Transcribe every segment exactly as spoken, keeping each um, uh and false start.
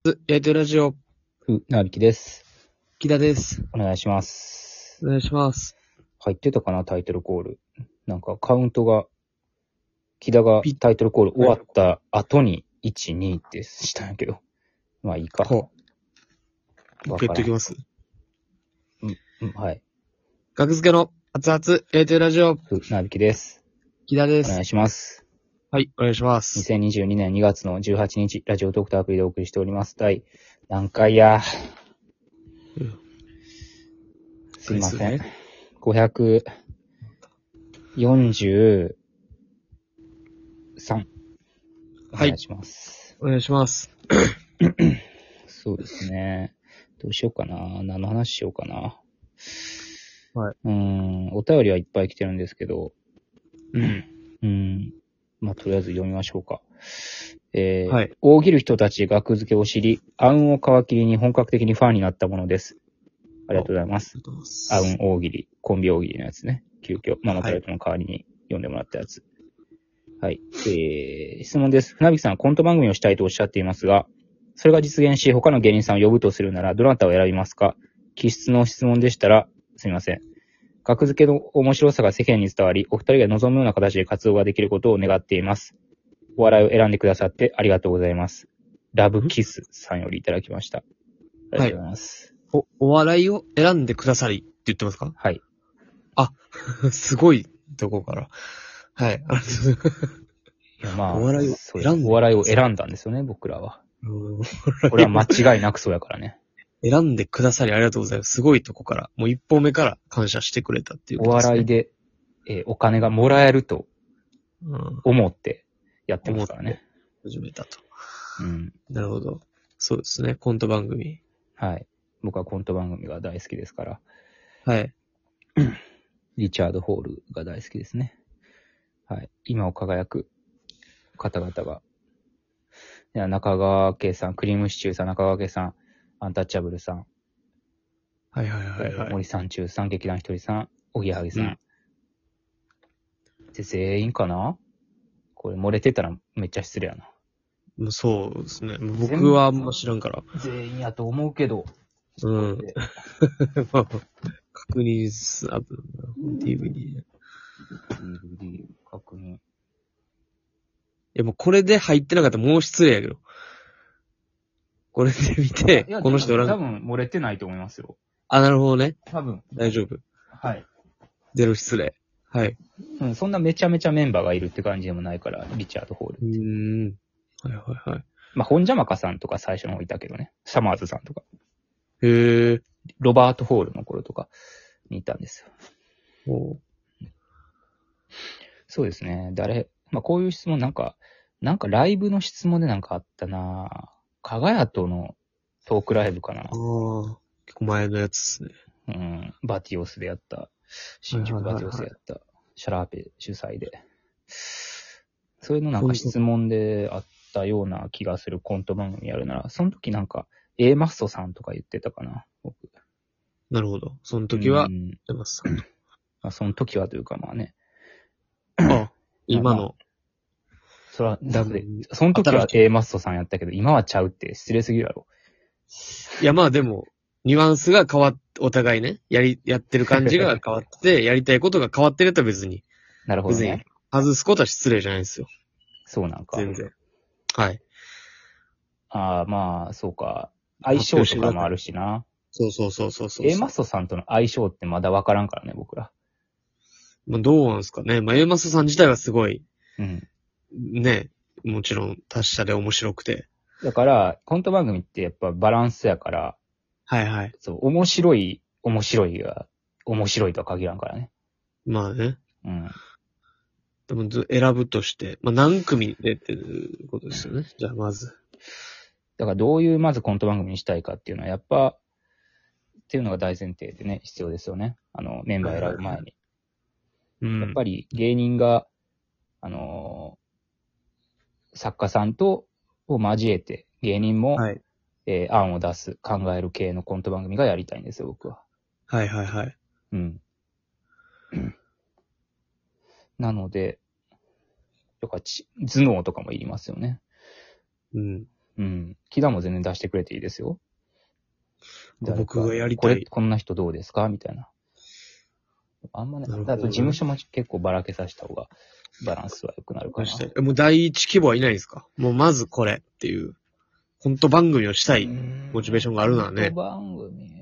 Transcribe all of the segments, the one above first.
やりとりラジオ、 ふ、なびきです。 木田です。 お願いします。 お願いします。 入ってたかな、タイトルコール。なんかカウントが、木田がタイトルコール終わった後にいち、にってしたんやけど。まあいいか。 ほう。 わからんペットいきます。 うん、はい。 学付けの熱々やりとりラジオ、 ふ、なびきです。 木田です。 お願いします。 はい、お願いします。 にせんにじゅうにねんにがつのじゅうはちにち、ラジオトークとアプリでお送りしております。第何回や。 うん、 すいません。 回数ねごひゃくよんじゅうさん。お願いします。 お願いします。 そうですね。どうしようかな。何の話しようかな。 はい。 うーん、お便りはいっぱい来てるんですけど、 うん。 うん。まあ、とりあえず読みましょうか。えー、 はい。 大喜利人たち学付けを知り、あうんを皮切りに本格的にファンになったものです。ありがとうございます。あうん大喜利、コンビ大喜利のやつね。急遽、ママタルトの代わりに読んでもらったやつ。はい。えー、質問です。船引さん、コント番組をしたいとおっしゃっていますが、それが実現し、他の芸人さんを呼ぶとするなら、どなたを選びますか？気質の質問でしたら、すみません。格付けの面白さが世間に伝わり、お二人が望むような形で活動ができることを願っています。お笑いを選んでくださってありがとうございます。ラブキスさんよりいただきました。ありがとうございます。 お、お笑いを選んでくださりって言ってますか？ はい。 あ、すごいとこから。はい。ありがとうございます。 いや、まあ、 お笑いをそう選んでお笑いを選んだんですよね、僕らは。 うんこれは間違いなくそうやからね。 選んでくださりありがとうございます。すごいとこから、もう一歩目から感謝してくれたっていうおことですね。 笑いで、えーお金がもらえるとうん。 思ってやってますからね。 始めたと。 うん。 なるほど。そうですね。コント番組。 はい。僕はコント番組が大好きですから。 はい。 リチャード・ホールが大好きですね。はい。今を輝く方々が。いや、中川家さん、クリームシチューさん、中川家さん、アンタッチャブルさん、 はいはいはいはい。 えー森三中さん、劇団ひとりさん、おぎやはぎさん。で、全員かな？これ漏れてたらめっちゃ失礼やな。 もうそうですね。僕はあんま知らんから。 全員やと思うけど。 うん。まあ確認す、あと、ディーブイディー。いディーブイディー 確認。 やもうこれで入ってなかったらもう失礼やけど。これで見て、この人おらん。 多分漏れてないと思いますよ。 あ、なるほどね。 多分。 大丈夫。 はい。 ゼロ失礼。はい。 うん、そんなめちゃめちゃメンバーがいるって感じでもないから、リチャード・ホール。 うーん。はいはいはい。 まあ、本邪魔かさんとか最初の方いたけどね。サマーズさんとか。 へえ。 ロバート・ホールの頃とかにいたんですよ。 おそうですね。誰、まあ、こういう質問なんか、なんかライブの質問でなんかあったなぁ。かがやとのトークライブかな。 ああ。結構前のやつですね。 うん。バティオスでやった。新宿バティオスでやった。シャラーペ主催で。そういうのなんか質問であったような気がするコント番組やるなら、その時なんか A マッソさんとか言ってたかな、僕。 なるほど。その時はう、ん出ます。 まあ、その時はというかまあね。 あ、今まあの。 そら、 ダブでその時は A マッソさんやったけど、今はちゃうって失礼すぎるやろ。 いや、まあでも、ニュアンスが変わっ、お互いね、やり、やってる感じが変わって、やりたいことが変わってると別に、 なるほどね。 外すことは失礼じゃないですよ。 そうなんか。 全然。はい。 ああ、まあ、そうか。相性とかもあるしな。 そうそうそうそうそう。 A マッソさんとの相性ってまだわからんからね、僕ら。 まあどうなんですかね。まあ、A マスさん自体はすごい、 うん。 ね、もちろん達者で面白くて。 だから、コント番組ってやっぱバランスやから、 はいはい。 そう、面白い、面白いが、面白いとは限らんからね。 まあね。 うん。 でもず選ぶとして、まあ何組でっていうことですよね。じゃあまず。 だからどういうまずコント番組にしたいかっていうのはやっぱ、っていうのが大前提でね、必要ですよね。あの、メンバー選ぶ前に。 うん。 やっぱり芸人が、あのー作家さんと、を交えて、芸人も、 はい。 えー案を出す、考える系のコント番組がやりたいんですよ、僕は。 はいはいはい。 うん。なので、とかち、頭脳とかもいりますよね。 うん。 うん。木田も全然出してくれていいですよ。 僕がやりたい。 これ、こんな人どうですかみたいな。あんまね、 なるほどねあと事務所も結構ばらけさせた方がバランスは良くなるかな。 えもう第一規模はいないですか？もうまずこれっていう、コント番組をしたいモチベーションがあるのはね。 コント番組。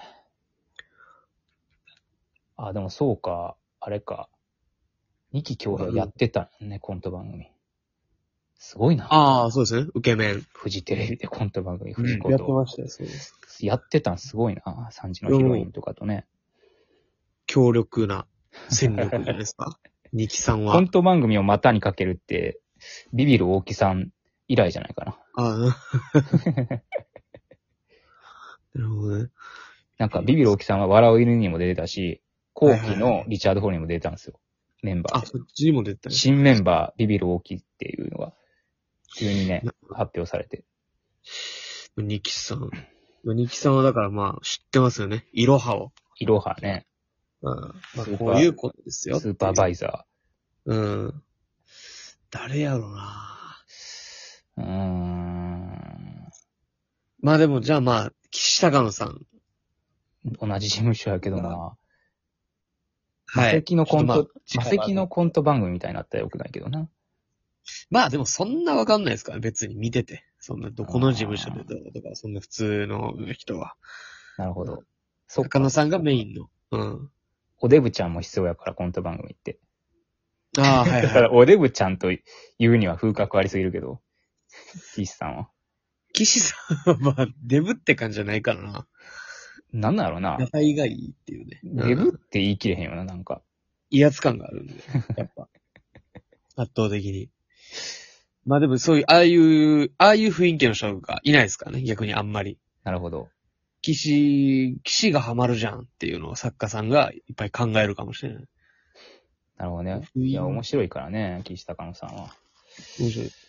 あ、でもそうか、あれか。二期京平やってたね、コント番組。すごいな。 ああ、そうですね。受け面。 フジテレビでコント番組、フジコやってと。 ましたよ、そうです。 やってたんすごいな。三時のヒロインとかとね。 強力な戦力じゃないですか。二期さんは。 コント番組を股にかけるって、ビビる大木さん以来じゃないかな。 ああ、なるほどね。 なんか、ビビる大木さんは笑う犬にも出てたし、後期のリチャード・ホールにも出てたんですよ。メンバーあ、 で。 そっちにも出てたね。 新メンバー、ビビる大木っていうのが、急にね、発表されて。 二期さん。二期さんはだからまあ、知ってますよね。いろはを。 いろはね。 うん。まあ、 スーパーこういうことですよ。 スーパーバイザー。うん。誰やろなー。うーん。 まあでも、じゃあまあ、岸高野さん。 同じ事務所やけどな。 はマセい。 キのコント、 ちょっとマセキのコント番組みたいになったらよくないけどな。 まあでもそんなわかんないですから、別に見てて。そんな、どこの事務所でどうとか、そんな普通の人は。 なるほど。そっか。 高野さんがメインの。うん。 おデブちゃんも必要やから、コント番組って。 ああ、はいだから、 はい。 おデブちゃんと言うには風格ありすぎるけど。岸さんは。 岸さんはまあ、デブって感じじゃないからな。 なんなんやろな。 野菜がいいっていうね。 デブっうんて言い切れへんよな、なんか。 威圧感があるんで、やっぱ。圧倒的に。まあでもそういう、ああいう、ああいう雰囲気の人がいないですからね、逆にあんまり。 なるほど。 騎士、騎士がハマるじゃんっていうのを作家さんがいっぱい考えるかもしれない。 なるほどね。 うんいや、面白いからね、岸高野さんは。 面白い。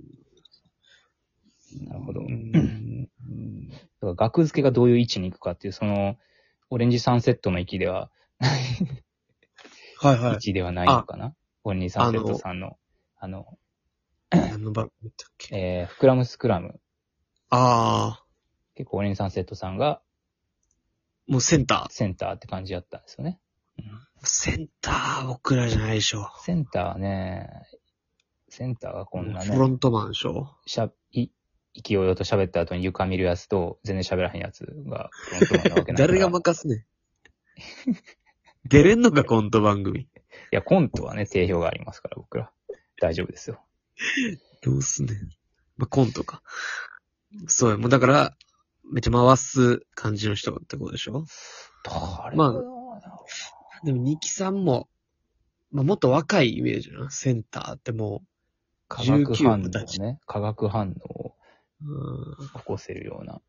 なるほど。 うんだから額付けがどういう位置に行くかっていう、その、オレンジサンセットの域では、 はいはい。 位置ではないのかな。オレンジサンセットさんの、あの、 何の番組だったっけ？ えー、フクラムスクラム。 ああ、 結構オレンジサンセットさんがもうセンター。 センターって感じだったんですよね。うん、 センター僕らじゃないでしょ。 センターはね、センターがこんなね、 フロントマンでしょ。 しゃ、い、勢いよと喋った後に床見るやつと全然喋らへんやつがフロントマンなわけないから。 誰が任すねん。出れんのか、コント番組。 いや、コントはね、定評がありますから、僕ら。大丈夫ですよ。 どうすんねん。まあ、コントか。そうや、もうだから、めっちゃ回す感じの人ってことでしょ？ 誰まあでも、ニキさんも、まあ、もっと若いイメージな。センターってもう、 化学反応じゅうきゅう、二十歳ね、化学反応をうん。 起こせるような。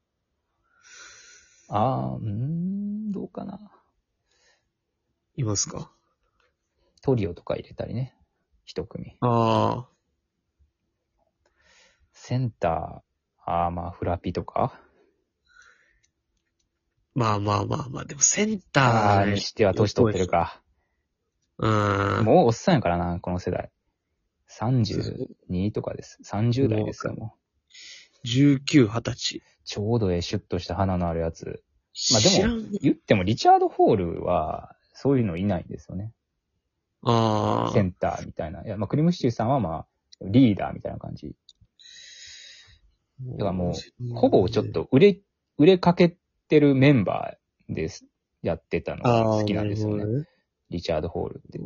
あー、うーん、どうかな。 いますか？ トリオとか入れたりね。一組。 ああ。 センター、あー、まあ、フラピとか。 まあまあまあまあ、でもセンター、 あーにしては年取ってるか。 うん。 もうおっさんやからな、この世代。さんじゅうにとかです。さんじゅう代ですよ、もう。 じゅうきゅう、二十歳。 ちょうどええシュッとした花のあるやつ。まあでも知らんね、 言ってもリチャード・ホールは、そういうのいないんですよね。 ああ。 センターみたいな。いや、まあ、クリムシチューさんはまあ、リーダーみたいな感じ。だからもう、ほぼちょっと売れ、売れかけてるメンバーです。やってたのが好きなんですよね。 ね。 リチャード・ホールって。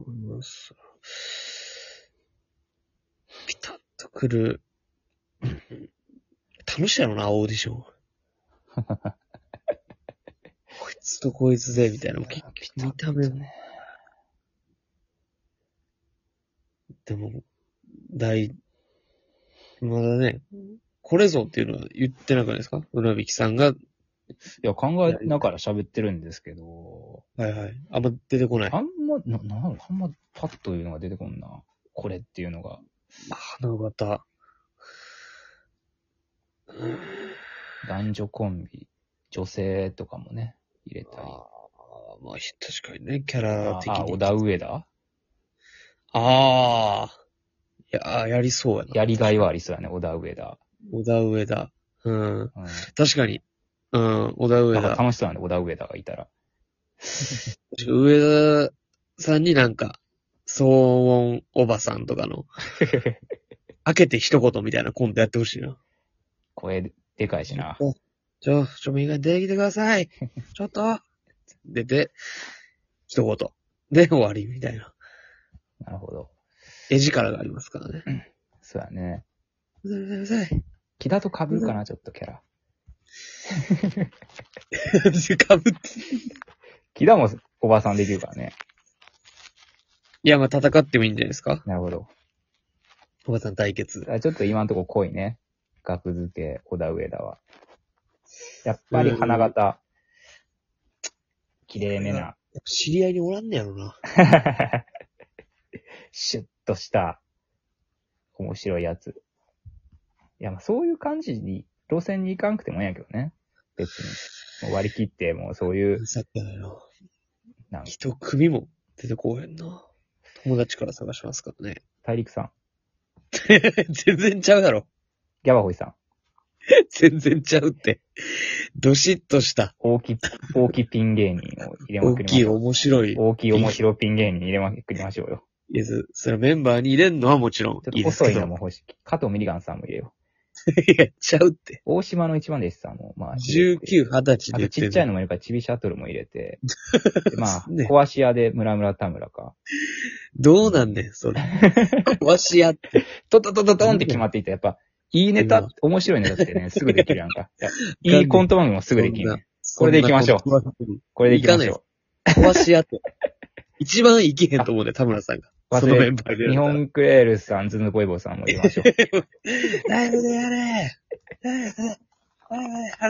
ピタッとくる。楽しいやろな、オーディション。こいつとこいつで、みたいな。結局見た目ね。でも、大、まだね、これぞっていうのは言ってなくないですか？うなびきさんが。 いや、考えながら喋ってるんですけど、 はいはい。あんま出てこない。 あんま、な、な、あんまパッというのが出てこんな。これっていうのが。 まあ、花形。 男女コンビ、女性とかもね、入れたり。 ああ、まあ、確かにね、キャラ的に。 あ、小田上田ああ。いやー、やりそうやな。 やりがいはありそうやね、小田上田。 小田上田。うん。 うん、 確かに。うん、小田上田。 楽しそうなんで、小田上田がいたら。 上田さんになんか、騒音おばさんとかの、開けて一言みたいなコントやってほしいな。 声でかいしな。 ちょ、ちょ、みんな出てきてください。ちょっと。出て、一言。で、終わり、みたいな。 なるほど。 絵力がありますからね。 うん、そうやね。 うざい、うざい、うざい。 木田と被るかな、ちょっとキャラ。 かぶって。 木田もおばさんできるからね。 いや、まあ、戦ってもいいんじゃないですか。 なるほど。 おばさん対決。 ちょっと今んとこ濃いね。学付け、小田上田は。やっぱり花形。綺麗めな。 知り合いにおらんねやろな。 シュッとした、面白いやつ。いや、まあそういう感じに、路線に行かんくてもいいんやけどね。別に。もう割り切って、もうそういう。 さっきだよ。 なんか一組も出てこうへんな。友達から探しますからね。 大陸さん。 全然ちゃうだろ。 ギャバホイさん。 全然ちゃうって。どしっとした。 大き、大きピン芸人を入れまくりましょう。 大きい面白い。 大きい面白ピン芸人入れまくりましょうよ。 いや、それメンバーに入れんのはもちろんいいですけど。 ちょっと細いのも欲しい。加藤ミリガンさんも入れよう。いや、ちゃうって。 大島の一番弟子さんも、まあ。 じゅうきゅう、はたちで。あとちっちゃいのもいるから、チビシャトルも入れて。まあ、ね、壊し屋で村村田村か。 どうなんねん、それ。壊し屋って。 トトトトトンって決まっていて、やっぱ、いいネタ、面白いネタってね、すぐできるやんか。い, いいコント番組もすぐできる、ね。これでいきましょう。これでいきましょう。 壊し屋って。一番いけへんと思うね、田村さんが。 そのメンバーで。日本クレールさん、ズンドボイボーさんも入れましょう。 ライブでやれライブで、ライブで